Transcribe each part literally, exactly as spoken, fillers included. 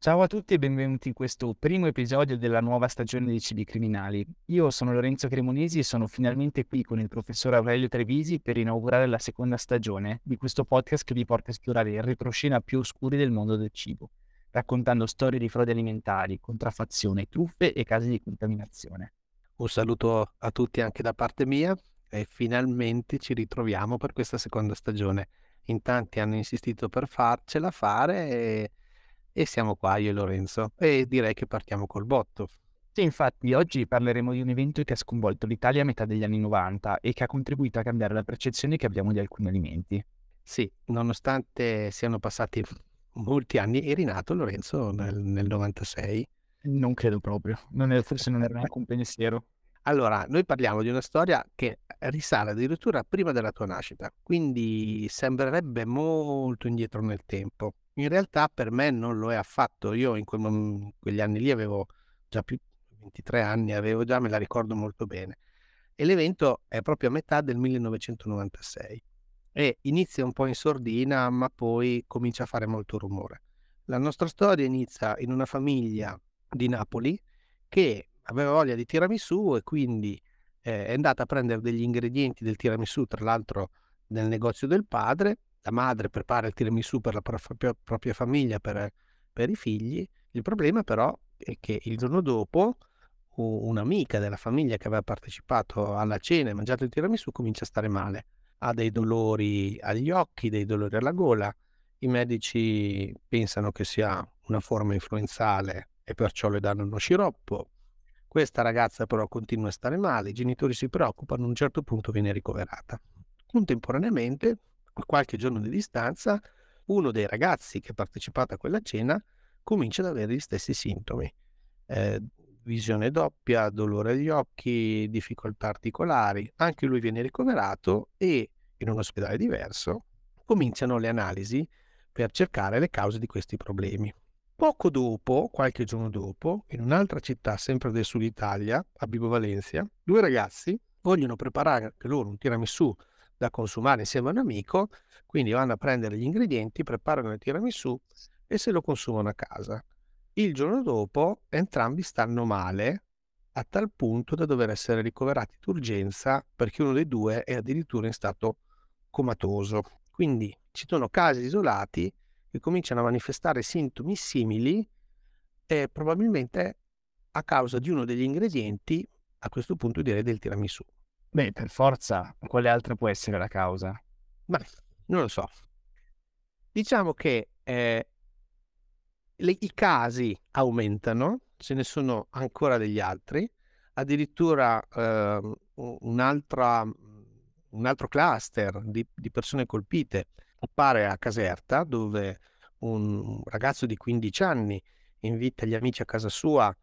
Ciao a tutti e benvenuti in questo primo episodio della nuova stagione dei Cibi Criminali. Io sono Lorenzo Cremonesi e sono finalmente qui con il professor Aurelio Trevisi per inaugurare la seconda stagione di questo podcast che vi porta a esplorare il retroscena più oscuri del mondo del cibo, raccontando storie di frodi alimentari, contraffazione, truffe e casi di contaminazione. Un saluto a tutti anche da parte mia e finalmente ci ritroviamo per questa seconda stagione. In tanti hanno insistito per farcela fare e, e siamo qua io e Lorenzo e direi che partiamo col botto. Sì, infatti oggi parleremo di un evento che ha sconvolto l'Italia a metà degli anni novanta e che ha contribuito a cambiare la percezione che abbiamo di alcuni alimenti. Sì, nonostante siano passati molti anni, eri nato Lorenzo nel, nel novantasei. Non credo proprio, non è- forse non era neanche un pensiero. Allora, noi parliamo di una storia che risale addirittura prima della tua nascita, quindi sembrerebbe molto indietro nel tempo. In realtà per me non lo è affatto. Io in quel mom- quegli anni lì avevo già più ventitré anni, avevo già, me la ricordo molto bene. E l'evento è proprio a metà del millenovecentonovantasei e inizia un po' in sordina, ma poi comincia a fare molto rumore. La nostra storia inizia in una famiglia di Napoli che aveva voglia di tiramisù e quindi eh, è andata a prendere degli ingredienti del tiramisù, tra l'altro nel negozio del padre. La madre prepara il tiramisù per la propria, propria famiglia, per, per i figli. Il problema però è che il giorno dopo u- un'amica della famiglia che aveva partecipato alla cena e mangiato il tiramisù comincia a stare male. Ha dei dolori agli occhi, dei dolori alla gola. I medici pensano che sia una forma influenzale e perciò le danno uno sciroppo. Questa ragazza però continua a stare male, i genitori si preoccupano, a un certo punto viene ricoverata. Contemporaneamente, a qualche giorno di distanza, uno dei ragazzi che ha partecipato a quella cena comincia ad avere gli stessi sintomi. Eh, visione doppia, dolore agli occhi, difficoltà articolari. Anche lui viene ricoverato e in un ospedale diverso cominciano le analisi per cercare le cause di questi problemi. Poco dopo, qualche giorno dopo, in un'altra città sempre del sud Italia, a Vibo Valencia, due ragazzi vogliono preparare anche loro un tiramisù da consumare insieme a un amico, quindi vanno a prendere gli ingredienti, preparano il tiramisù e se lo consumano a casa. Il giorno dopo entrambi stanno male a tal punto da dover essere ricoverati d'urgenza perché uno dei due è addirittura in stato comatoso. Quindi ci sono casi isolati che cominciano a manifestare sintomi simili e probabilmente a causa di uno degli ingredienti, a questo punto direi del tiramisù. Beh, per forza, quale altra può essere la causa? Ma non lo so. Diciamo che eh, le- i casi aumentano, ce ne sono ancora degli altri, addirittura ehm, u- un'altra, un altro cluster di, di persone colpite appare a Caserta, dove un ragazzo di quindici anni invita gli amici a casa sua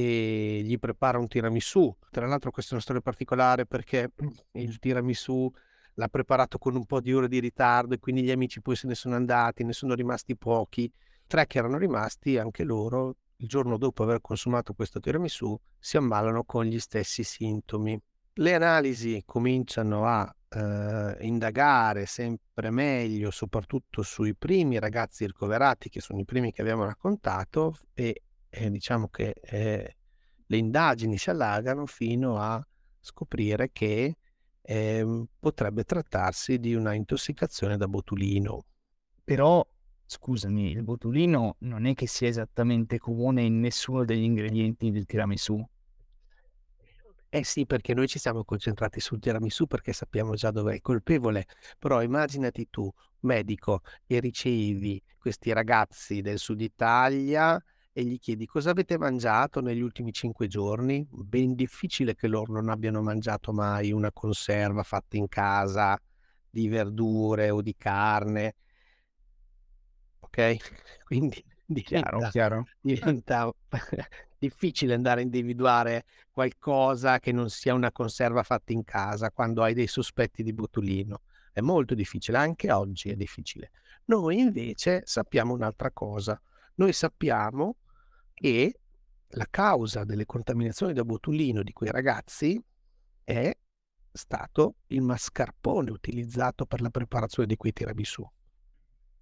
e gli prepara un tiramisù. Tra l'altro questa è una storia particolare perché il tiramisù l'ha preparato con un po' di ore di ritardo e quindi gli amici poi se ne sono andati, ne sono rimasti pochi. Tre che erano rimasti, anche loro, il giorno dopo aver consumato questo tiramisù, si ammalano con gli stessi sintomi. Le analisi cominciano a eh, indagare sempre meglio, soprattutto sui primi ragazzi ricoverati, che sono i primi che abbiamo raccontato, e eh, diciamo che eh, le indagini si allargano fino a scoprire che ehm, potrebbe trattarsi di una intossicazione da botulino. Però, scusami, il botulino non è che sia esattamente comune in nessuno degli ingredienti del tiramisù. Eh sì, perché noi ci siamo concentrati sul tiramisù perché sappiamo già dov'è il colpevole, però immaginati tu, medico, e ricevi questi ragazzi del sud Italia e gli chiedi cosa avete mangiato negli ultimi cinque giorni? Ben difficile che loro non abbiano mangiato mai una conserva fatta in casa di verdure o di carne, ok? Quindi Chiaro, diventa, chiaro. diventa difficile andare a individuare qualcosa che non sia una conserva fatta in casa quando hai dei sospetti di botulino. È molto difficile, anche oggi è difficile. Noi invece sappiamo un'altra cosa. Noi sappiamo che la causa delle contaminazioni da botulino di quei ragazzi è stato il mascarpone utilizzato per la preparazione di quei tiramisù.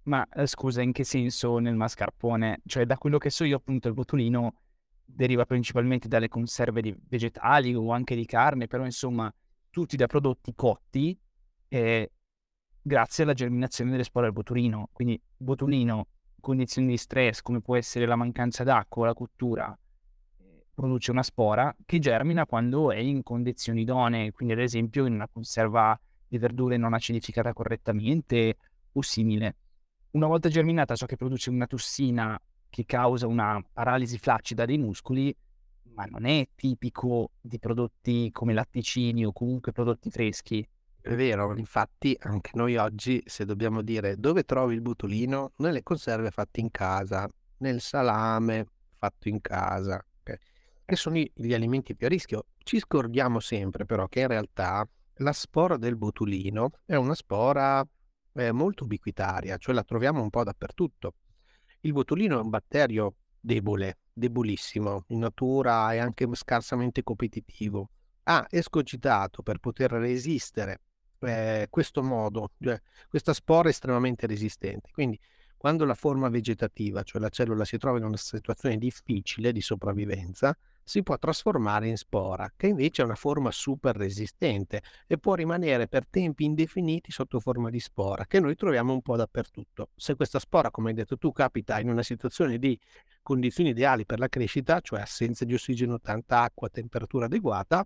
Ma, ehm, scusa, in che senso nel mascarpone? Cioè, da quello che so io, appunto, il botulino deriva principalmente dalle conserve di vegetali o anche di carne, però insomma tutti da prodotti cotti, ehm, grazie alla germinazione delle spore del botulino. Quindi botulino, condizioni di stress come può essere la mancanza d'acqua o la cottura, ehm, produce una spora che germina quando è in condizioni idonee, quindi ad esempio in una conserva di verdure non acidificata correttamente o simile. Una volta germinata, ciò che produce una tossina che causa una paralisi flaccida dei muscoli, ma non è tipico di prodotti come latticini o comunque prodotti freschi. È vero, infatti anche noi oggi, se dobbiamo dire dove trovi il botulino, nelle conserve fatte in casa, nel salame fatto in casa, okay, che sono i gli alimenti più a rischio. Ci scordiamo sempre però che in realtà la spora del botulino è una spora, ehm, molto ubiquitaria, cioè la troviamo un po' dappertutto. Il botulino è un batterio debole, debolissimo, in natura è anche scarsamente competitivo. Ha escogitato per poter resistere, ehm, questo modo, cioè questa spora è estremamente resistente. Quindi quando la forma vegetativa, cioè la cellula, si trova in una situazione difficile di sopravvivenza, si può trasformare in spora, che invece è una forma super resistente e può rimanere per tempi indefiniti sotto forma di spora, che noi troviamo un po' dappertutto. Se questa spora, come hai detto tu, capita in una situazione di condizioni ideali per la crescita, cioè assenza di ossigeno, tanta acqua, temperatura adeguata,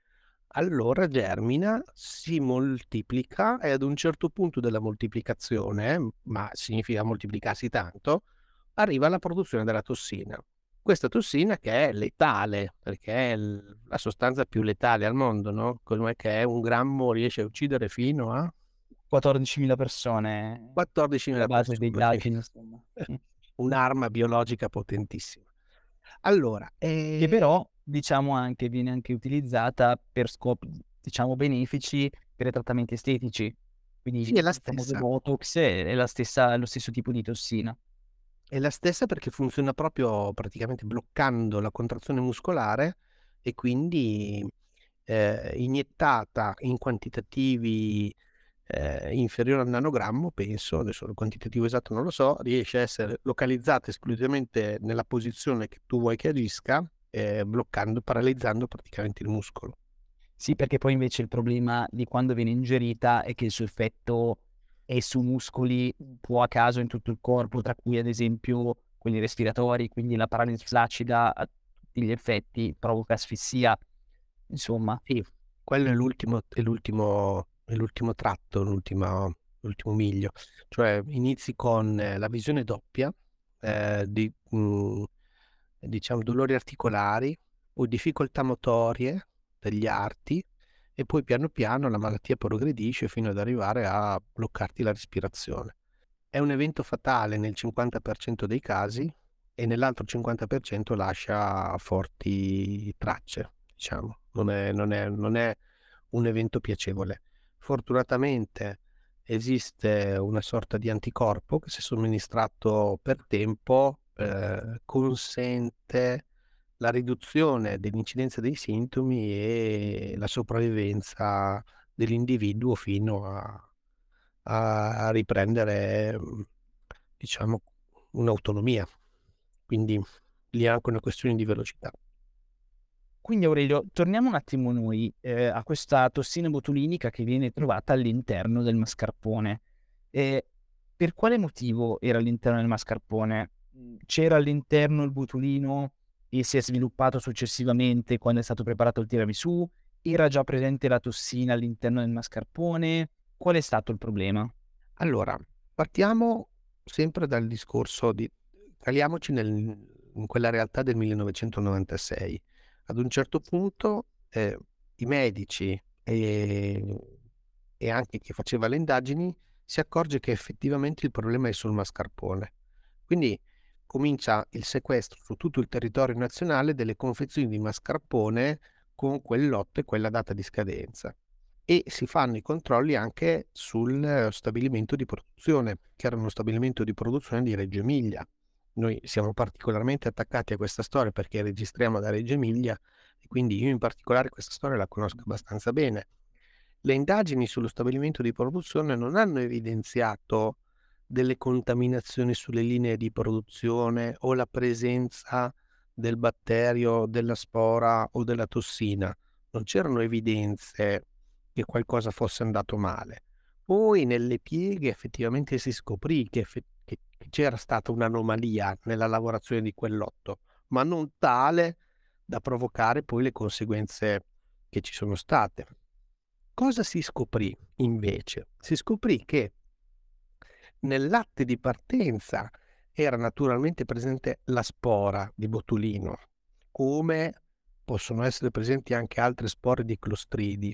allora germina, si moltiplica e ad un certo punto della moltiplicazione, ma significa moltiplicarsi tanto, arriva alla produzione della tossina. Questa tossina che è letale, perché è l la sostanza più letale al mondo, no, com'è che è un grammo riesce a uccidere fino a quattordicimila persone sulla quattordicimila base dei persone, quindi dati, insomma. Mh. un'arma biologica potentissima. Allora, Che ehm però, diciamo anche viene anche utilizzata per scopi, diciamo, benefici per i trattamenti estetici. sì, è Quindi la il famoso stessa. botox è è la stessa è lo stesso tipo di tossina. È la stessa perché funziona proprio praticamente bloccando la contrazione muscolare e quindi, ehm, iniettata in quantitativi, ehm, inferiori al nanogrammo penso, adesso il quantitativo esatto non lo so, riesce a essere localizzata esclusivamente nella posizione che tu vuoi che agisca, ehm, bloccando paralizzando praticamente il muscolo. Sì, perché poi invece il problema di quando viene ingerita è che il suo effetto è su muscoli un po' a caso in tutto il corpo, tra cui ad esempio quelli respiratori, quindi la paralisi flaccida a tutti gli effetti provoca asfissia, insomma. Sì, quello è l'ultimo è l'ultimo è l'ultimo tratto, l'ultima l'ultimo miglio. Cioè inizi con eh, la visione doppia, ehm, di mhmm, diciamo dolori articolari o difficoltà motorie degli arti e poi piano piano la malattia progredisce fino ad arrivare a bloccarti la respirazione. È un evento fatale nel cinquanta per cento dei casi e nell'altro cinquanta per cento lascia forti tracce, diciamo. Non è non è non è un evento piacevole. Fortunatamente esiste una sorta di anticorpo che se somministrato per tempo, ehm, consente la riduzione dell'incidenza dei sintomi e la sopravvivenza dell'individuo fino a a riprendere, mhmm, diciamo un'autonomia. Quindi lì è anche una questione di velocità. Quindi Aurelio, torniamo un attimo noi, ehm, a questa tossina botulinica che viene trovata all'interno del mascarpone. Ehm, per quale motivo era all'interno del mascarpone? Mhmm, c'era all'interno il botulino e si è sviluppato successivamente quando è stato preparato il tiramisù? Era già presente la tossina all'interno del mascarpone? Qual è stato il problema? Allora, partiamo sempre dal discorso di caliamoci nel in quella realtà del millenovecentonovantasei. Ad un certo punto, ehm, i medici, ehm, e anche chi faceva le indagini si accorge che effettivamente il problema è sul mascarpone. Quindi comincia il sequestro su tutto il territorio nazionale delle confezioni di mascarpone con quel lotto e quella data di scadenza. E si fanno i controlli anche sul eh, stabilimento di produzione, che era uno stabilimento di produzione di Reggio Emilia. Noi siamo particolarmente attaccati a questa storia perché registriamo da Reggio Emilia e quindi io in particolare questa storia la conosco abbastanza bene. Le indagini sullo stabilimento di produzione non hanno evidenziato delle contaminazioni sulle linee di produzione o la presenza del batterio, della spora o della tossina. Non c'erano evidenze che qualcosa fosse andato male. Poi nelle pieghe effettivamente si scoprì che, effe- che che c'era stata un'anomalia nella lavorazione di quel lotto, ma non tale da provocare poi le conseguenze che ci sono state. Cosa si scoprì invece? Si scoprì che nel latte di partenza era naturalmente presente la spora di botulino, come possono essere presenti anche altre spore di clostridi,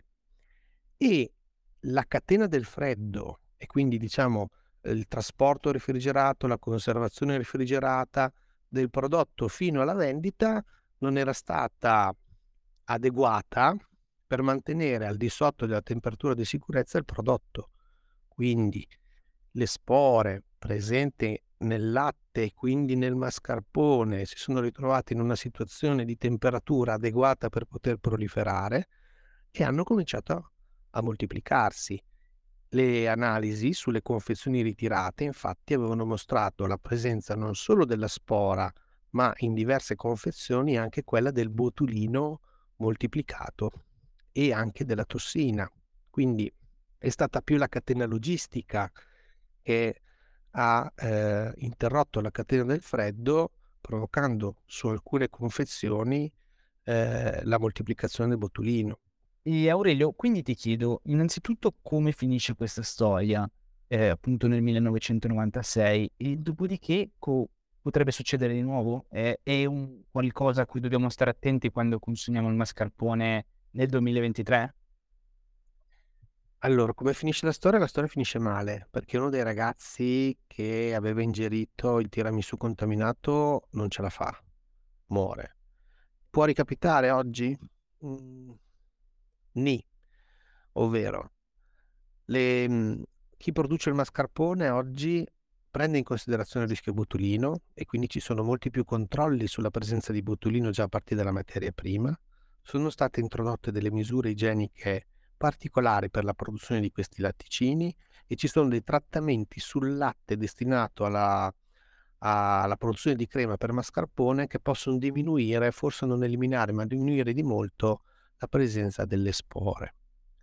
e la catena del freddo, e quindi diciamo eh, il trasporto refrigerato, la conservazione refrigerata del prodotto fino alla vendita non era stata adeguata per mantenere al di sotto della temperatura di sicurezza il prodotto. Quindi le spore presenti nel latte e quindi nel mascarpone si sono ritrovate in una situazione di temperatura adeguata per poter proliferare e hanno cominciato a a moltiplicarsi. Le analisi sulle confezioni ritirate infatti avevano mostrato la presenza non solo della spora, ma in diverse confezioni anche quella del botulino moltiplicato e anche della tossina. Quindi è stata più la catena logistica che ha eh, interrotto la catena del freddo, provocando su alcune confezioni eh, la moltiplicazione del botulino. E Aurelio, quindi ti chiedo innanzitutto come finisce questa storia, eh, appunto nel millenovecentonovantasei, e dopodiché co- potrebbe succedere di nuovo? È, è un qualcosa a cui dobbiamo stare attenti quando consumiamo il mascarpone nel duemilaventitré? Allora, come finisce la storia? La storia finisce male, perché uno dei ragazzi che aveva ingerito il tiramisù contaminato non ce la fa, muore. Può ricapitare oggi? Mm, Nì, ovvero le, mh, chi produce il mascarpone oggi prende in considerazione il rischio botulino e quindi ci sono molti più controlli sulla presenza di botulino già a partire dalla materia prima. Sono state introdotte delle misure igieniche particolari per la produzione di questi latticini e ci sono dei trattamenti sul latte destinato alla, alla produzione di crema per mascarpone che possono diminuire, forse non eliminare, ma diminuire di molto la presenza delle spore.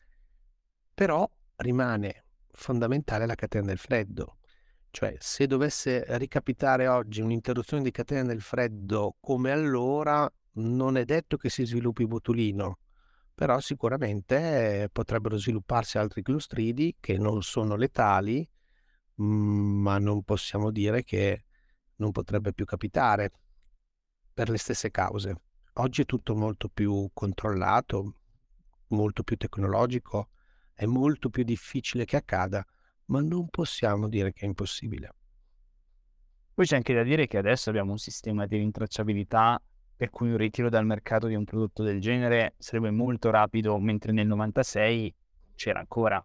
Però rimane fondamentale la catena del freddo. Cioè, se dovesse ricapitare oggi un'interruzione di catena del freddo come allora, non è detto che si sviluppi botulino, però sicuramente eh, potrebbero svilupparsi altri clostridi che non sono letali, mm, ma non possiamo dire che non potrebbe più capitare per le stesse cause. Oggi è tutto molto più controllato, molto più tecnologico, è molto più difficile che accada, ma non possiamo dire che è impossibile. Poi c'è anche da dire che adesso abbiamo un sistema di rintracciabilità per cui un ritiro dal mercato di un prodotto del genere sarebbe molto rapido, mentre nel novantasei c'era ancora.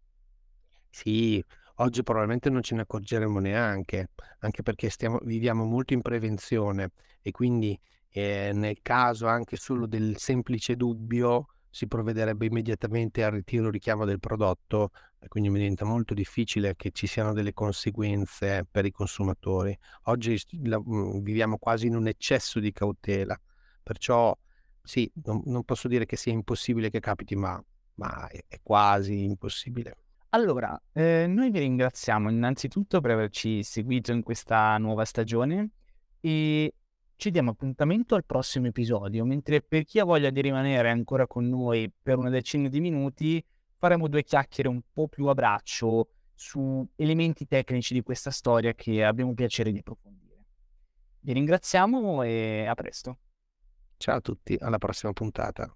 Sì, oggi probabilmente non ce ne accorgeremo neanche, anche perché stiamo, viviamo molto in prevenzione e quindi eh, nel caso anche solo del semplice dubbio si provvederebbe immediatamente al ritiro o richiamo del prodotto e quindi mi diventa molto difficile che ci siano delle conseguenze per i consumatori. Oggi s- la- mm, viviamo quasi in un eccesso di cautela, perciò sì, non, non posso dire che sia impossibile che capiti, ma, ma è è quasi impossibile. Allora, eh, noi vi ringraziamo innanzitutto per averci seguito in questa nuova stagione e ci diamo appuntamento al prossimo episodio, mentre per chi ha voglia di rimanere ancora con noi per una decina di minuti, faremo due chiacchiere un po' più a braccio su elementi tecnici di questa storia che abbiamo piacere di approfondire. Vi ringraziamo e a presto. Ciao a tutti, alla prossima puntata.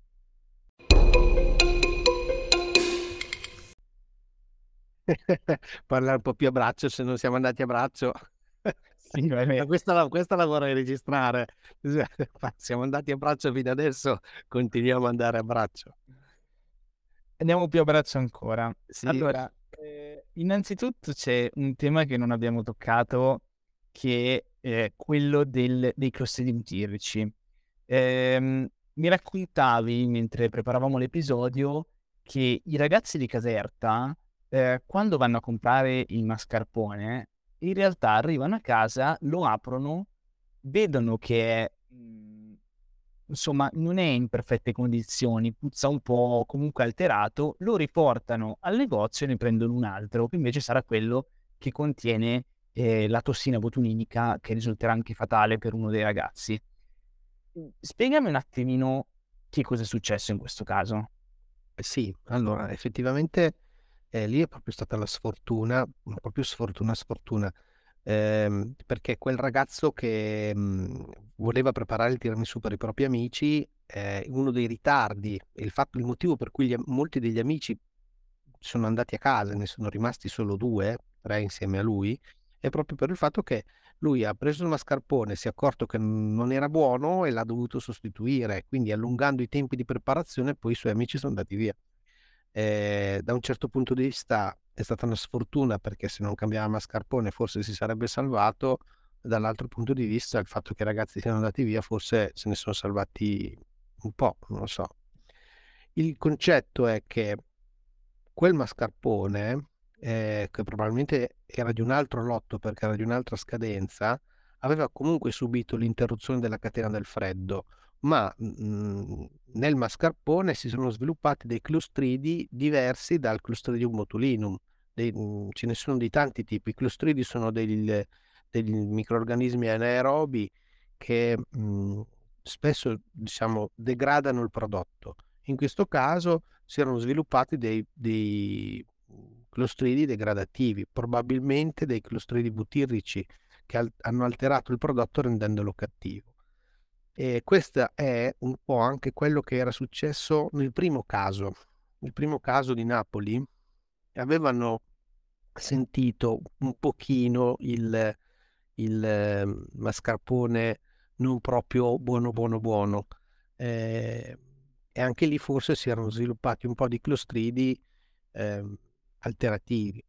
Parlare un po' più a braccio se non siamo andati a braccio. Sì, va Ma bene. questa la, questa la vorrei registrare. Siamo andati a braccio fino adesso, continuiamo ad andare a braccio. Andiamo più a braccio ancora. Sì, Allora, eh, innanzitutto c'è un tema che non abbiamo toccato, che è quello del- dei clostridioides. Ehm, Mi raccontavi, mentre preparavamo l'episodio, che i ragazzi di Caserta ehm, quando vanno a comprare il mascarpone, in realtà arrivano a casa, lo aprono, vedono che è, mhmm, insomma non è in perfette condizioni, puzza un po', comunque alterato, lo riportano al negozio e ne prendono un altro, che invece sarà quello che contiene, ehm, la tossina botulinica che risulterà anche fatale per uno dei ragazzi. Mhmm, spiegami un attimino che cosa è successo in questo caso. Eh sì, allora effettivamente, ehm, lì è proprio stata la sfortuna, ma proprio sfortuna, sfortuna, ehm, perché quel ragazzo che, mhmm, voleva preparare il tiramisù per i propri amici, ehm, uno dei ritardi e il fatto il motivo per cui gli am molti degli amici sono andati a casa, ne sono rimasti solo due, tre insieme a lui, è proprio per il fatto che lui ha preso il mascarpone, si è accorto che non era buono e l'ha dovuto sostituire, quindi allungando i tempi di preparazione poi i suoi amici sono andati via. Ehm, da un certo punto di vista è stata una sfortuna perché se non cambiava mascarpone forse si sarebbe salvato, dall'altro punto di vista il fatto che i ragazzi siano andati via forse se ne sono salvati un po', non lo so. Il concetto è che quel mascarpone, ehm, che probabilmente era di un altro lotto perché era di un'altra scadenza, aveva comunque subito l'interruzione della catena del freddo, ma, mhmm, nel mascarpone si sono sviluppati dei clostridi diversi dal Clostridium botulinum. Dei mhmm, ce ne sono di tanti tipi. I clostridi sono del degli microrganismi anaerobi che, mhmm, spesso diciamo degradano il prodotto. In questo caso si erano sviluppati dei dei, mhmm, clostridi degradativi, probabilmente dei clostridi butirrici che al hanno alterato il prodotto rendendolo cattivo. E questa è un po' anche quello che era successo nel primo caso. Il primo caso di Napoli avevano sentito un pochino il il, ehm, mascarpone non proprio buono, buono, buono. Ehm, e anche lì forse si erano sviluppati un po' di clostridi, ehm, alterativi.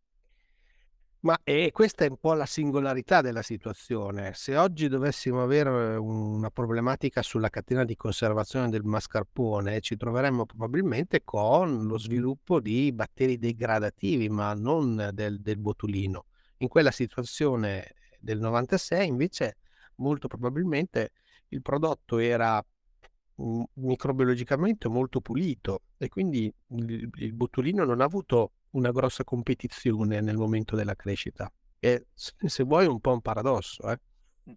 Ma e questa è un po' la singolarità della situazione. Se oggi dovessimo avere una problematica sulla catena di conservazione del mascarpone, ci troveremmo probabilmente con lo sviluppo di batteri degradativi, ma non del del botulino. In quella situazione del novantasei invece molto probabilmente il prodotto era, mhmm, microbiologicamente molto pulito e quindi il il botulino non ha avuto una grossa competizione nel momento della crescita. E s se vuoi è un po' un paradosso, eh. Mh.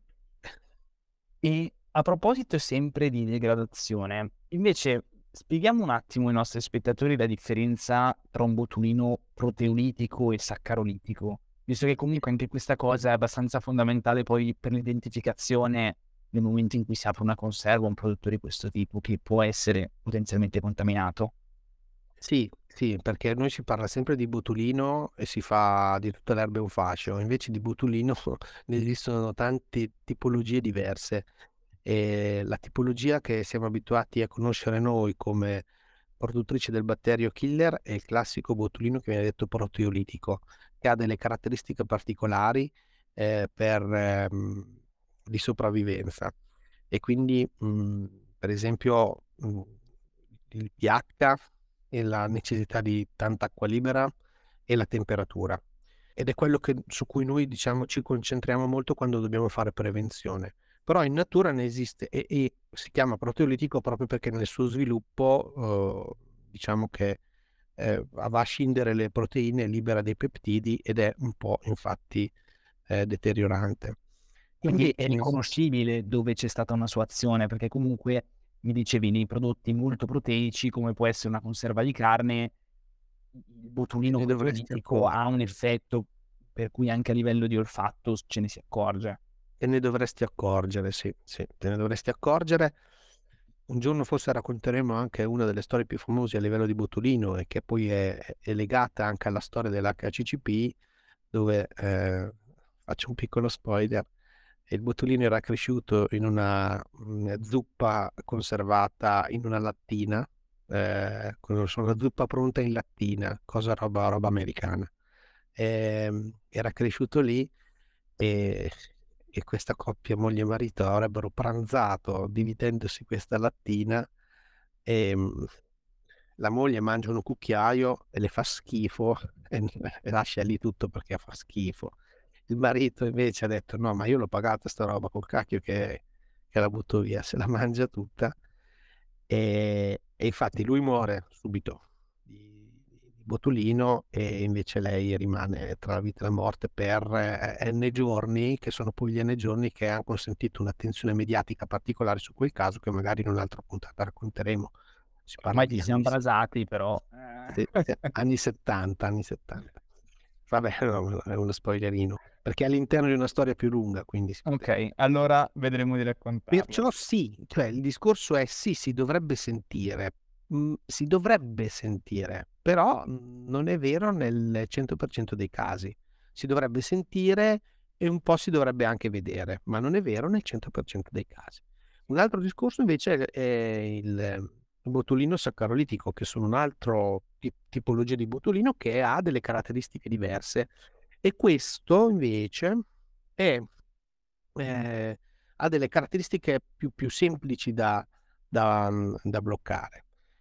E a proposito sempre di degradazione, invece spieghiamo un attimo ai nostri spettatori la differenza tra un botulino proteolitico e saccarolitico, visto che comunque anche questa cosa è abbastanza fondamentale poi per l'identificazione nel momento in cui si apre una conserva o un prodotto di questo tipo, che può essere potenzialmente contaminato. Sì, sì, perché noi si parla sempre di botulino e si fa di tutta l'erba è un fascio, invece di botulino ne esistono tante tipologie diverse. E la tipologia che siamo abituati a conoscere noi come produttrice del batterio killer è il classico botulino che viene detto proteolitico, che ha delle caratteristiche particolari, ehm, per mhmm, di sopravvivenza. E quindi, mhmm, per esempio, mhmm, il pH e la necessità di tanta acqua libera e la temperatura. Ed è quello che su cui noi, diciamo, ci concentriamo molto quando dobbiamo fare prevenzione. Però in natura ne esiste e e si chiama proteolitico proprio perché nel suo sviluppo, uhm, diciamo che, ehm, va a scindere le proteine, libera dei peptidi ed è un po' infatti, ehm, deteriorante. Quindi Quindi, è mhmm riconoscibile dove c'è stata una sua azione, perché comunque mi dicevi nei prodotti molto proteici, come può essere una conserva di carne, il te botulino ne dovresti proteolitico ha un accorgere, effetto per cui anche a livello di olfatto s ce ne si accorge. te ne dovresti accorgere, sì, sì, te ne dovresti accorgere. Un giorno forse racconteremo anche una delle storie più famose a livello di botulino e che poi è è legata anche alla storia dell'H C C P dove, ehm, faccio un piccolo spoiler, il botulino era cresciuto in una, mhmm, zuppa conservata in una lattina, ehm, con su una zuppa pronta in lattina, cosa roba roba americana. Ehm, era cresciuto lì e e questa coppia moglie e marito avrebbero pranzato dividendosi questa lattina, ehm, la moglie mangia un cucchiaio e le fa schifo e, e lascia lì tutto perché fa schifo. Il marito invece ha detto: no, ma io l'ho pagata sta roba, col cacchio che, che la butto via, se la mangia tutta. E, e infatti lui muore subito di, di botulino, e invece lei rimane tra la vita e la morte per eh, n giorni, che sono poi gli n giorni che hanno consentito un'attenzione mediatica particolare su quel caso, che magari in un'altra puntata racconteremo. Si parla Ormai ci di siamo anni, se- brasati, però. sì, sì, anni settanta, anni settanta. Vabbè, no, è uno spoilerino, perché è all'interno di una storia più lunga, quindi si poteva. Ok, allora vedremo di raccontarlo. Perciò sì, cioè il discorso è sì, si dovrebbe sentire, mhmm, si dovrebbe sentire, però, mhmm, non è vero nel cento per cento dei casi. Si dovrebbe sentire e un po' si dovrebbe anche vedere, ma non è vero nel cento per cento dei casi. Un altro discorso invece è il botulino saccarolitico, che sono un altro ti tipologia di botulino che ha delle caratteristiche diverse, e questo invece è ehm, ha delle caratteristiche più più semplici da da mhmm, da bloccare.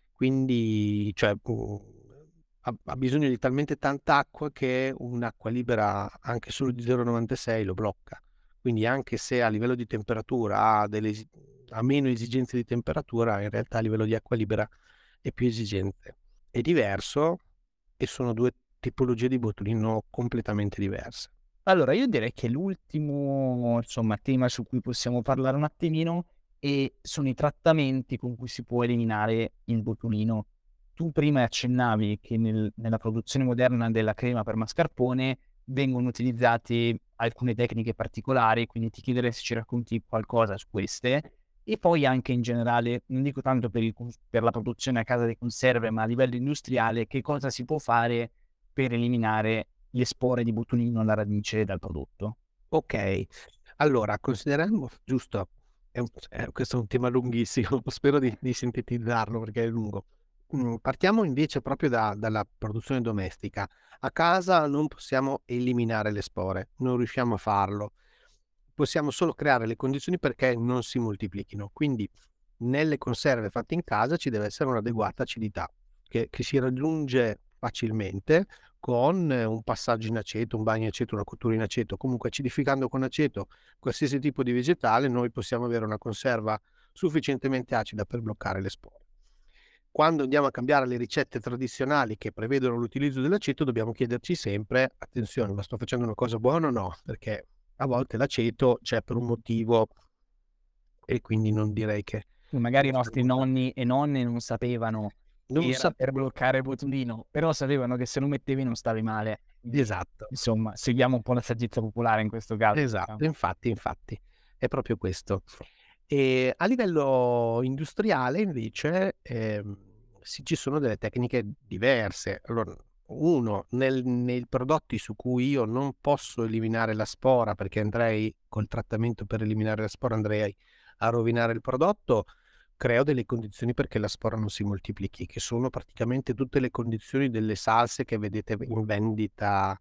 Quindi cioè, mhmm, ha ha bisogno di talmente tanta acqua che un'acqua libera anche solo di zero virgola novantasei lo blocca. Quindi anche se a livello di temperatura ha delle esi ha meno esigenze di temperatura, in realtà a livello di acqua libera è più esigente. È diverso, e sono due tipologie di botulino completamente diverse. Allora, io direi che l'ultimo, insomma, tema su cui possiamo parlare un attimino, ehm, sono i trattamenti con cui si può eliminare il botulino. Tu prima accennavi che nel nella produzione moderna della crema per mascarpone vengono utilizzati alcune tecniche particolari, quindi ti chiederei se ci racconti qualcosa su queste. E poi anche in generale, non dico tanto per il cons per la produzione a casa di conserve, ma a livello industriale, che cosa si può fare per eliminare le spore di botulino alla radice dal prodotto. Okay. Allora, considerando giusto, è un eh, questo è un tema lunghissimo, spero di di sintetizzarlo perché è lungo. Mhmm, partiamo invece proprio da dalla produzione domestica. A casa non possiamo eliminare le spore, non riusciamo a farlo. Possiamo solo creare le condizioni perché non si moltiplichino. Quindi nelle conserve fatte in casa ci deve essere un'adeguata acidità, che che si raggiunge facilmente con un passaggio in aceto, un bagno in aceto, una cottura in aceto, comunque acidificando con aceto qualsiasi tipo di vegetale, noi possiamo avere una conserva sufficientemente acida per bloccare le spore. Quando andiamo a cambiare le ricette tradizionali che prevedono l'utilizzo dell'aceto, dobbiamo chiederci sempre: attenzione, ma sto facendo una cosa buona o no? Perché a volte l'aceto c'è per un motivo, e quindi non direi che Magari i nostri dovremmo da nonni e nonne non sapevano non che era per sapevo. bloccare il botulino, però sapevano che se lo mettevi non stavi male. Quindi, Esatto. insomma, seguiamo un po' la saggezza popolare in questo caso, Esatto, diciamo. infatti, infatti, è proprio questo. Ehm, a livello industriale invece, ehm, sì, ci sono delle tecniche diverse. Allora, uno, nel nei prodotti su cui io non posso eliminare la spora, perché andrei col trattamento per eliminare la spora andrei a rovinare il prodotto, creo delle condizioni perché la spora non si moltiplichi, che sono praticamente tutte le condizioni delle salse che vedete v in vendita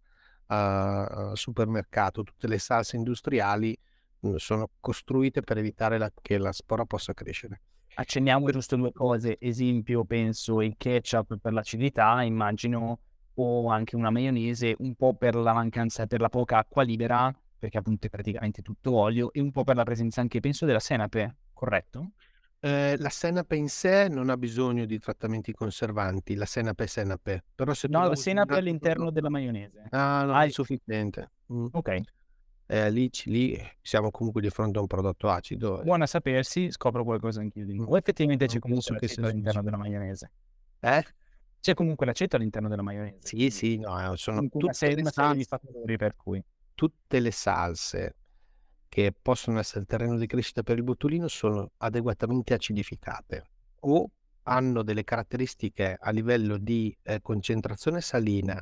a al supermercato. Tutte le salse industriali, mhmm, sono costruite per evitare la che la spora possa crescere. Accenniamo Que giusto due cose, esempio penso il ketchup per l'acidità, immagino, o anche una maionese, un po' per la mancanza per la poca acqua libera, perché appunto è praticamente tutto olio, e un po' per la presenza anche penso della senape, corretto? ehm, la senape in sé non ha bisogno di trattamenti conservanti, la senape è senape, però se tu No, la la usi in un senape altro all'interno della prodotto, maionese. ah, non Ah, è il sufficiente. Mh. okay. Eh, lì ci lì siamo comunque di fronte a un prodotto acido, e Buono a sapersi, scopro qualcosa anch'io di mh, nuovo. Effettivamente c'è non comunque penso che sia l'aceto all'interno della sufficiente. maionese. Eh? C'è comunque l'aceto all'interno della maionese, Sì, quindi sì, no, ehm, sono comunque una tutte serie le una serie di salse. fattori per cui Tutte le salse che possono essere terreno di crescita per il botulino sono adeguatamente acidificate, o hanno delle caratteristiche a livello di, ehm, concentrazione salina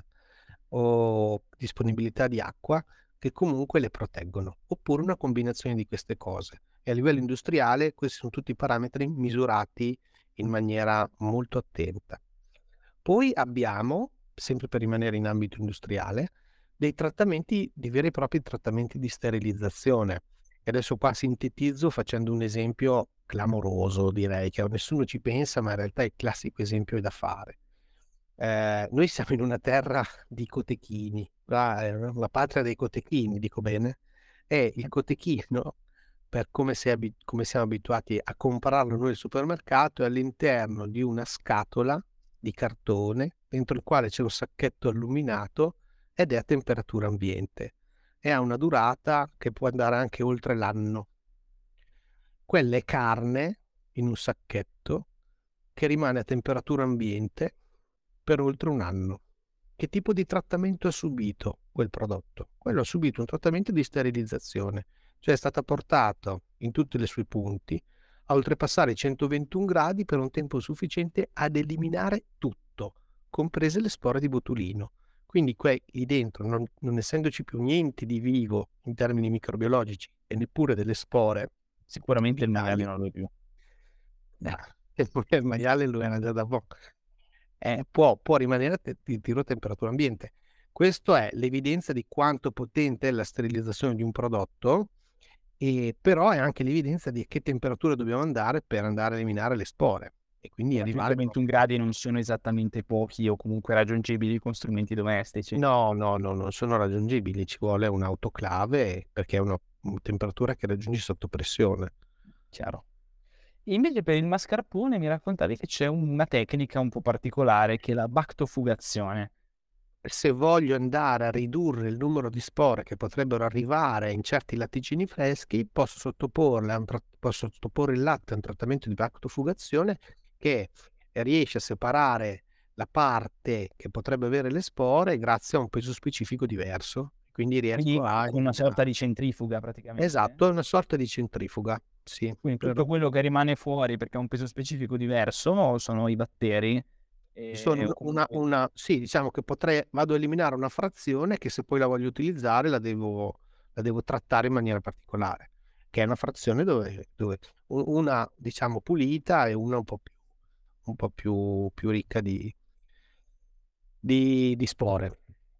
o disponibilità di acqua che comunque le proteggono, oppure una combinazione di queste cose. E a livello industriale questi sono tutti parametri misurati in maniera molto attenta. Poi abbiamo, sempre per rimanere in ambito industriale, dei trattamenti, di veri e propri trattamenti di sterilizzazione. E adesso qua sintetizzo facendo un esempio clamoroso, direi, che a nessuno ci pensa, ma in realtà è il classico esempio da fare. Eh, noi siamo in una terra di cotechini, la, la patria dei cotechini, dico bene, e il cotechino, per come, si è abi- come siamo abituati a comprarlo noi al supermercato, è all'interno di una scatola di cartone dentro il quale c'è un sacchetto illuminato ed è a temperatura ambiente e ha una durata che può andare anche oltre l'anno. Quella è carne in un sacchetto che rimane a temperatura ambiente per oltre un anno. Che tipo di trattamento ha subito quel prodotto? Quello ha subito un trattamento di sterilizzazione, cioè è stata portato in tutti i suoi punti a oltrepassare i centoventuno gradi per un tempo sufficiente ad eliminare tutto, comprese le spore di botulino. Quindi qui lì dentro, non, non essendoci più niente di vivo in termini microbiologici e neppure delle spore Sicuramente il maiale vitali, non lo è più. e poi il maiale lo era già da poco, eh, può, può rimanere a te- ti tiro a temperatura ambiente. Questa è l'evidenza di quanto potente è la sterilizzazione di un prodotto, e però è anche l'evidenza di che temperatura dobbiamo andare per andare a eliminare le spore e quindi Ma arrivare centoventuno gradi non sono esattamente pochi o comunque raggiungibili con strumenti domestici. no, no, no, non sono raggiungibili, ci vuole un'autoclave perché è una una temperatura che raggiungi sotto pressione. Chiaro. Invece per il mascarpone mi raccontavi che c'è una tecnica un po' particolare che è la bactofugazione. Se voglio andare a ridurre il numero di spore che potrebbero arrivare in certi latticini freschi, posso sottoporle a un tra- posso sottoporre il latte a un trattamento di bactofugazione che riesce a separare la parte che potrebbe avere le spore grazie a un peso specifico diverso. Quindi riesco Quindi a... con una sorta di centrifuga praticamente. Esatto, è una sorta di centrifuga, sì. Quindi Per- tutto quello che rimane fuori perché ha un peso specifico diverso sono i batteri, ehm, Sono o una comunque una sì, diciamo che potrei vado a eliminare una frazione che se poi la voglio utilizzare la devo la devo trattare in maniera particolare, che è una frazione dove dove u una diciamo pulita e una un po' più un po' più più ricca di di di spore.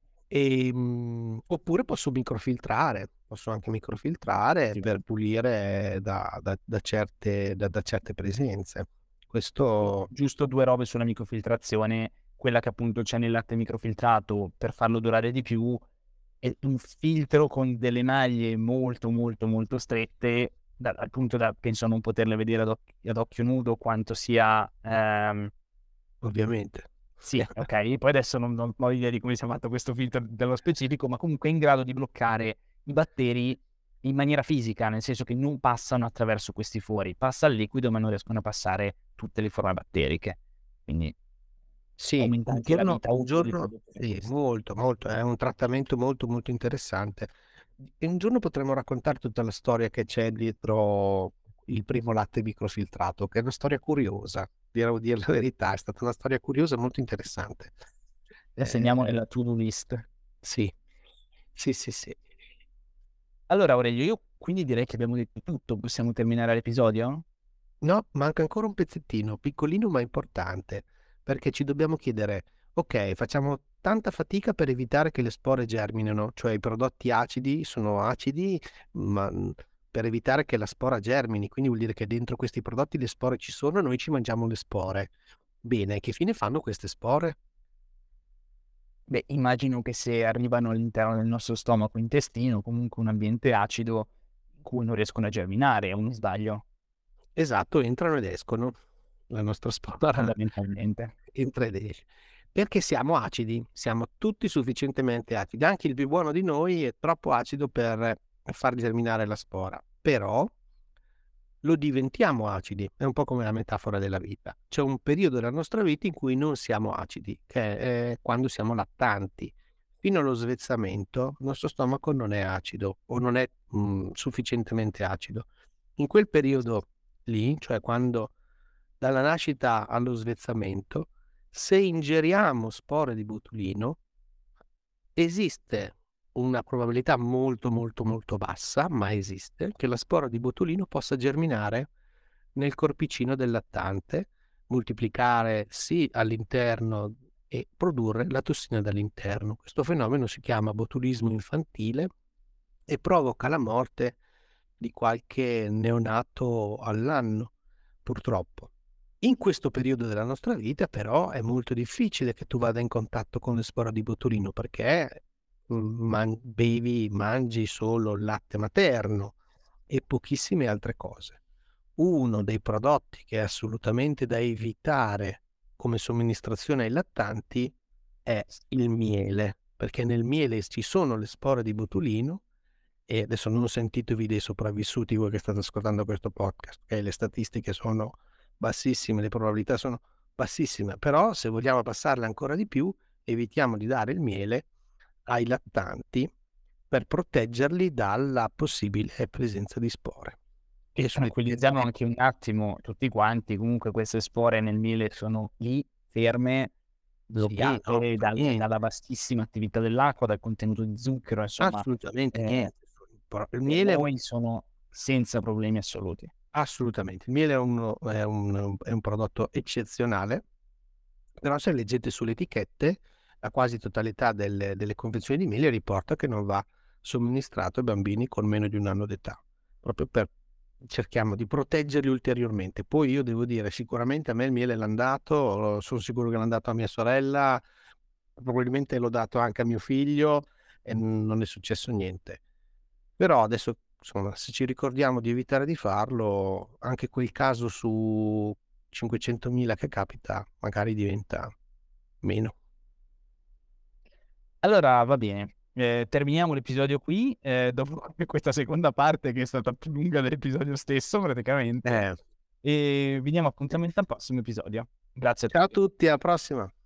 Ehm, oppure posso microfiltrare, posso anche microfiltrare per pulire da da da certe da da certe presenze. Questo giusto due robe sulla microfiltrazione, quella che appunto c'è nel latte microfiltrato per farlo durare di più e un filtro con delle maglie molto, molto, molto strette, da al punto da penso non poterle vedere ad oc ad occhio nudo quanto sia, ehm ovviamente. sì, okay, poi adesso non non ho idea di come sia fatto questo filtro nello specifico, ma comunque è in grado di bloccare i batteri in maniera fisica, nel senso che non passano attraverso questi fori, passa il liquido ma non riescono a passare tutte le forme batteriche. Quindi Sì, aumenta un anche la giorno vita un utile del giorno prodotto sì, stesso. molto, molto, è un trattamento molto, molto interessante. E un giorno potremo raccontare tutta la storia che c'è dietro il primo latte microfiltrato, che è una storia curiosa, devo dir la verità, è stata una storia curiosa e molto interessante. La segniamo Ehm, nella to-do list. sì, sì, sì, sì. Allora Aurelio, io quindi direi che abbiamo detto tutto, possiamo terminare l'episodio? No, manca ancora un pezzettino, piccolino ma importante, perché ci dobbiamo chiedere, ok, facciamo tanta fatica per evitare che le spore germinino, cioè i prodotti acidi sono acidi, ma mm, per evitare che la spora germini, quindi vuol dire che dentro questi prodotti le spore ci sono e noi ci mangiamo le spore. Bene, che fine fanno queste spore? Beh, immagino che se arrivano all'interno del nostro stomaco, intestino, comunque un ambiente acido in cui non riescono a germinare, o mi sbaglio? Esatto, entrano ed escono. La nostra spora Fondamentalmente. entra ed esce. Perché siamo acidi, siamo tutti sufficientemente acidi. Anche il più buono di noi è troppo acido per far germinare la spora. Però lo diventiamo acidi, è un po' come la metafora della vita. C'è un periodo della nostra vita in cui non siamo acidi, che è quando siamo lattanti. Fino allo svezzamento il nostro stomaco non è acido o non è mh, sufficientemente acido. In quel periodo lì, cioè quando dalla nascita allo svezzamento, se ingeriamo spore di botulino, esiste una probabilità molto molto molto bassa, ma esiste, che la spora di botulino possa germinare nel corpicino del lattante, moltiplicare sì all'interno e produrre la tossina dall'interno. Questo fenomeno si chiama botulismo infantile e provoca la morte di qualche neonato all'anno, purtroppo. In questo periodo della nostra vita però è molto difficile che tu vada in contatto con le spore di botulino perché, mhmm, man bevi mangi solo il latte materno e pochissime altre cose. Uno dei prodotti che è assolutamente da evitare come somministrazione ai lattanti è il miele, perché nel miele ci sono le spore di botulino e adesso non sentitevi dei sopravvissuti voi che state ascoltando questo podcast, okay, le statistiche sono bassissime, le probabilità sono bassissime, però se vogliamo passarle ancora di più, evitiamo di dare il miele ai lattanti per proteggerli dalla possibile presenza di spore. E E sulle tranquillizziamo etichette anche un attimo tutti quanti, comunque queste spore nel miele sono lì, ferme, sì, ah no, bloccate fa dal niente, dalla vastissima attività dell'acqua, dal contenuto di zucchero, insomma, assolutamente ehm, niente. Pro il per miele è un noi sono senza problemi assoluti. assolutamente, il miele è uno è un è un prodotto eccezionale. Però se leggete sulle etichette, la quasi totalità delle delle confezioni di miele riporta che non va somministrato ai bambini con meno di un anno d'età, proprio per cerchiamo di proteggerli ulteriormente. Poi io devo dire, sicuramente a me il miele l'han dato, son sicuro che l'han dato a mia sorella, probabilmente l'ho dato anche a mio figlio e non è successo niente. Però adesso, insomma, se ci ricordiamo di evitare di farlo, anche quel caso su cinquecentomila che capita, magari diventa meno. Allora va bene, ehm, terminiamo l'episodio qui, ehm, dopo questa seconda parte che è stata più lunga dell'episodio stesso praticamente, Eh, e vi diamo appuntamento al prossimo episodio. Grazie a ciao a tutti. tutti, alla prossima.